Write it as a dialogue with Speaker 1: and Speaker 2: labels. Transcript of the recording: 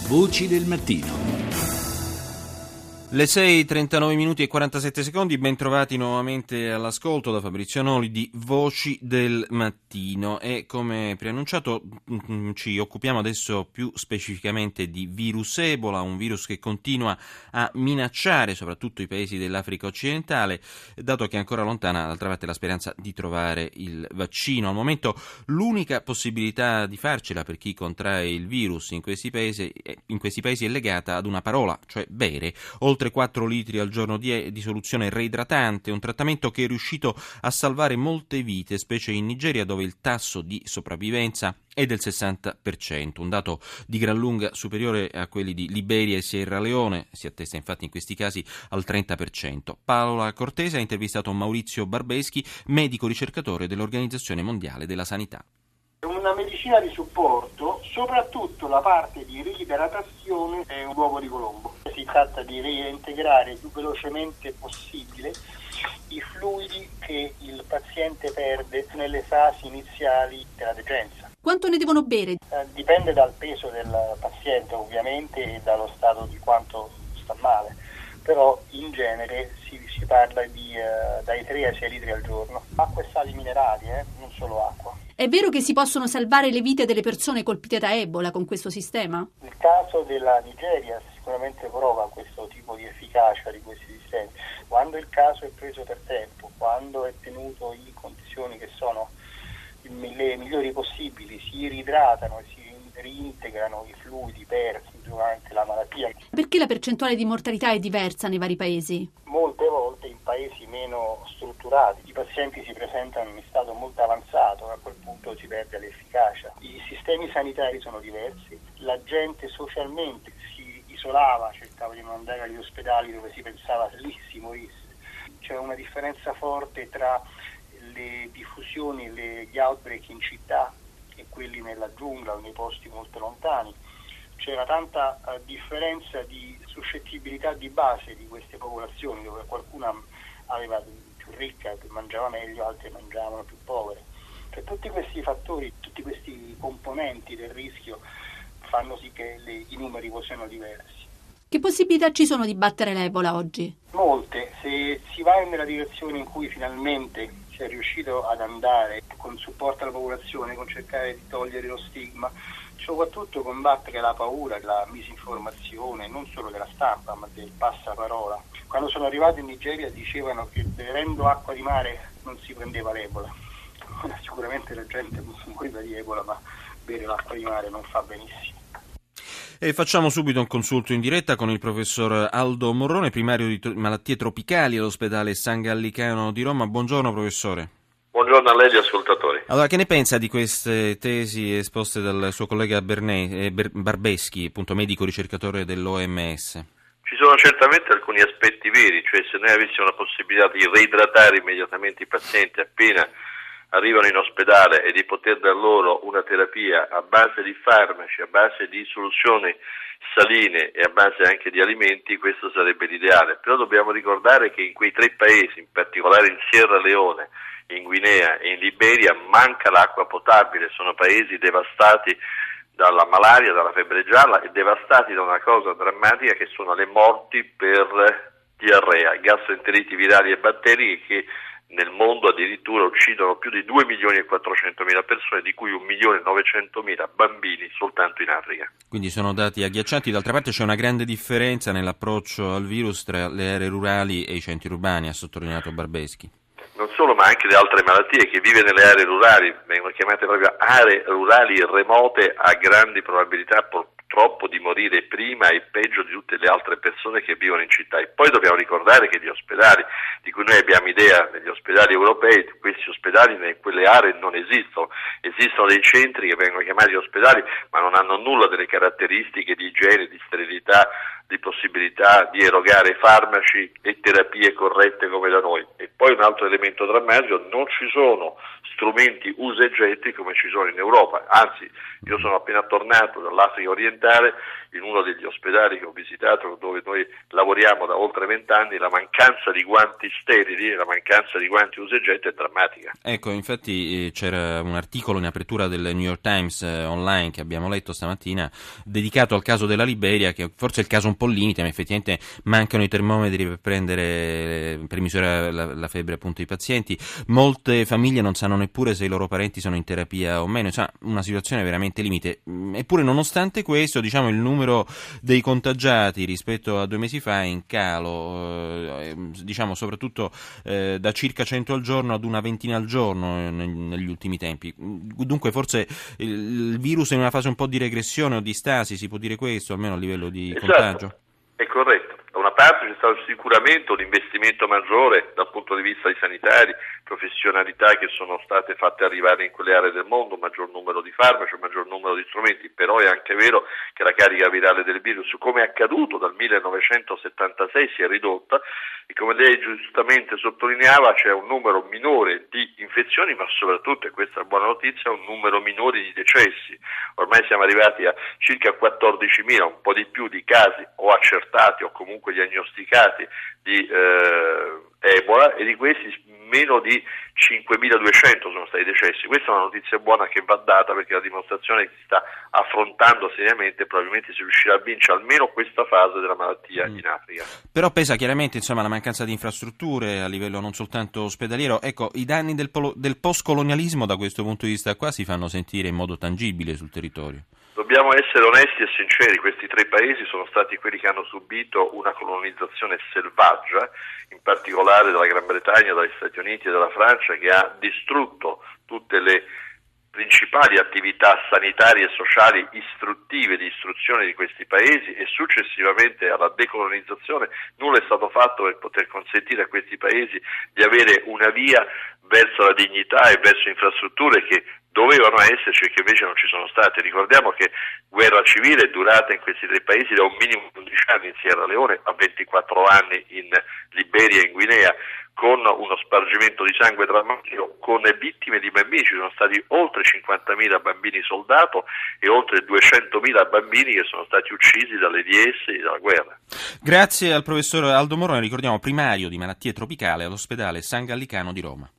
Speaker 1: Voci del mattino. Le 6:39 minuti e 47 secondi, ben trovati nuovamente all'ascolto da Fabrizio Noli di Voci del Mattino e come preannunciato ci occupiamo adesso più specificamente di virus Ebola, un virus che continua a minacciare soprattutto i paesi dell'Africa occidentale, dato che è ancora lontana d'altra parte la speranza di trovare il vaccino. Al momento l'unica possibilità di farcela per chi contrae il virus in questi paesi è legata ad una parola, cioè bere. Oltre 4 litri al giorno di soluzione reidratante, un trattamento che è riuscito a salvare molte vite, specie in Nigeria dove il tasso di sopravvivenza è del 60%, un dato di gran lunga superiore a quelli di Liberia e Sierra Leone, si attesta infatti in questi casi al 30%. Paola Cortese ha intervistato Maurizio Barbeschi, medico ricercatore dell'Organizzazione Mondiale della Sanità.
Speaker 2: Una medicina di supporto, soprattutto la parte di riidratazione è un uovo di Colombo. Si tratta di reintegrare il più velocemente possibile i fluidi che il paziente perde nelle fasi iniziali della degenza.
Speaker 3: Quanto ne devono bere?
Speaker 2: Dipende dal peso del paziente ovviamente e dallo stato di quanto sta male, però in genere si parla di dai 3 ai 6 litri al giorno. Acqua e sali minerali, non solo acqua.
Speaker 3: È vero che si possono salvare le vite delle persone colpite da Ebola con questo sistema?
Speaker 2: Il caso della Nigeria sicuramente prova questo tipo di efficacia di questi sistemi. Quando il caso è preso per tempo, quando è tenuto in condizioni che sono le migliori possibili, si ridratano e si reintegrano i fluidi persi durante la malattia.
Speaker 3: Perché la percentuale di mortalità è diversa nei vari paesi?
Speaker 2: Molte volte in paesi meno strutturati i pazienti si presentano in stato molto avanzato, a quel punto si perde l'efficacia. I sistemi sanitari sono diversi, la gente socialmente si isolava, cercava di non andare agli ospedali dove si pensava lì si morisse. C'è una differenza forte tra le diffusioni, gli outbreak in città e quelli nella giungla o nei posti molto lontani. C'era tanta differenza di suscettibilità di base di queste popolazioni, dove qualcuna aveva più ricca che mangiava meglio, altre mangiavano più povere. Cioè, tutti questi fattori, tutti questi componenti del rischio fanno sì che i numeri siano diversi.
Speaker 3: Che possibilità ci sono di battere l'Ebola oggi?
Speaker 2: Molte. Se si va nella direzione in cui finalmente si è riuscito ad andare con supporto alla popolazione, con cercare di togliere lo stigma, soprattutto combattere la paura, la misinformazione, non solo della stampa ma del passaparola. Quando sono arrivato in Nigeria dicevano che bevendo acqua di mare non si prendeva l'Ebola. Sicuramente la gente moriva di Ebola, ma bere l'acqua di mare non fa benissimo.
Speaker 1: E facciamo subito un consulto in diretta con il professor Aldo Morrone, primario di malattie tropicali all'ospedale San Gallicano di Roma. Buongiorno professore.
Speaker 4: Buongiorno a lei e agli ascoltatori.
Speaker 1: Allora, che ne pensa di queste tesi esposte dal suo collega Barbeschi, appunto medico ricercatore dell'OMS?
Speaker 4: Ci sono certamente alcuni aspetti veri, cioè se noi avessimo la possibilità di reidratare immediatamente i pazienti appena arrivano in ospedale e di poter dar loro una terapia a base di farmaci, a base di soluzioni saline e a base anche di alimenti, questo sarebbe l'ideale. Però dobbiamo ricordare che in quei 3 paesi, in particolare in Sierra Leone, in Guinea e in Liberia, manca l'acqua potabile, sono paesi devastati dalla malaria, dalla febbre gialla e devastati da una cosa drammatica che sono le morti per diarrea, gastroenteriti virali e batteriche che nel mondo addirittura uccidono più di 2.400.000 persone, di cui 1.900.000 bambini soltanto in Africa.
Speaker 1: Quindi sono dati agghiaccianti. D'altra parte c'è una grande differenza nell'approccio al virus tra le aree rurali e i centri urbani, ha sottolineato Barbeschi.
Speaker 4: Non solo, ma anche le altre malattie. Chi vive nelle aree rurali, vengono chiamate proprio aree rurali remote, ha grandi probabilità purtroppo di morire prima e peggio di tutte le altre persone che vivono in città. E poi dobbiamo ricordare che gli ospedali, di cui noi abbiamo idea, negli ospedali europei, questi ospedali in quelle aree non esistono. Esistono dei centri che vengono chiamati ospedali, ma non hanno nulla delle caratteristiche di igiene, di sterilità, di possibilità di erogare farmaci e terapie corrette come da noi. E poi un altro elemento drammatico, non ci sono strumenti usa e getti come ci sono in Europa, anzi io sono appena tornato dall'Africa orientale notare in uno degli ospedali che ho visitato, dove noi lavoriamo da oltre 20 anni, la mancanza di guanti sterili, la mancanza di guanti usa e getta è drammatica.
Speaker 1: Ecco, infatti c'era un articolo in apertura del New York Times online che abbiamo letto stamattina, dedicato al caso della Liberia, che forse è il caso un po' limite, ma effettivamente mancano i termometri per misurare la febbre appunto dei pazienti. Molte famiglie non sanno neppure se i loro parenti sono in terapia o meno, insomma una situazione veramente limite. Eppure nonostante questo, diciamo, il numero dei contagiati rispetto a 2 mesi fa è in calo, diciamo soprattutto da circa 100 al giorno ad una ventina al giorno negli ultimi tempi. Dunque forse il virus è in una fase un po' di regressione o di stasi, si può dire questo, almeno a livello di contagio?
Speaker 4: È corretto. Da una parte c'è stato sicuramente un investimento maggiore dal punto di vista dei sanitari, professionalità che sono state fatte arrivare in quelle aree del mondo, un maggior numero di farmaci, un maggior numero di strumenti, però è anche vero che la carica virale del virus, come è accaduto dal 1976, si è ridotta e come lei giustamente sottolineava c'è un numero minore di infezioni, ma soprattutto, e questa è una buona notizia, un numero minore di decessi. Ormai siamo arrivati a circa 14.000, un po' di più di casi o accertati o comunque diagnosticati di Ebola, e di questi meno di 5.200 sono stati decessi. Questa è una notizia buona che va data, perché la dimostrazione che si sta affrontando seriamente, probabilmente si riuscirà a vincere almeno questa fase della malattia in Africa.
Speaker 1: Però pesa chiaramente, insomma, la mancanza di infrastrutture a livello non soltanto ospedaliero. Ecco, i danni del postcolonialismo da questo punto di vista qua si fanno sentire in modo tangibile sul territorio.
Speaker 4: Dobbiamo essere onesti e sinceri, questi 3 paesi sono stati quelli che hanno subito una colonizzazione selvaggia, in particolare dalla Gran Bretagna, dagli Stati Uniti e dalla Francia, che ha distrutto tutte le principali attività sanitarie e sociali istruttive di istruzione di questi paesi, e successivamente alla decolonizzazione nulla è stato fatto per poter consentire a questi paesi di avere una via verso la dignità e verso infrastrutture che dovevano esserci e che invece non ci sono state. Ricordiamo che guerra civile è durata in questi 3 paesi da un minimo di 11 anni in Sierra Leone a 24 anni in Liberia e in Guinea, con uno spargimento di sangue drammatico, con vittime di bambini. Ci sono stati oltre 50.000 bambini soldato e oltre 200.000 bambini che sono stati uccisi dalle DS e dalla guerra.
Speaker 1: Grazie al professor Aldo Moroni, ricordiamo primario di malattie tropicali all'ospedale San Gallicano di Roma.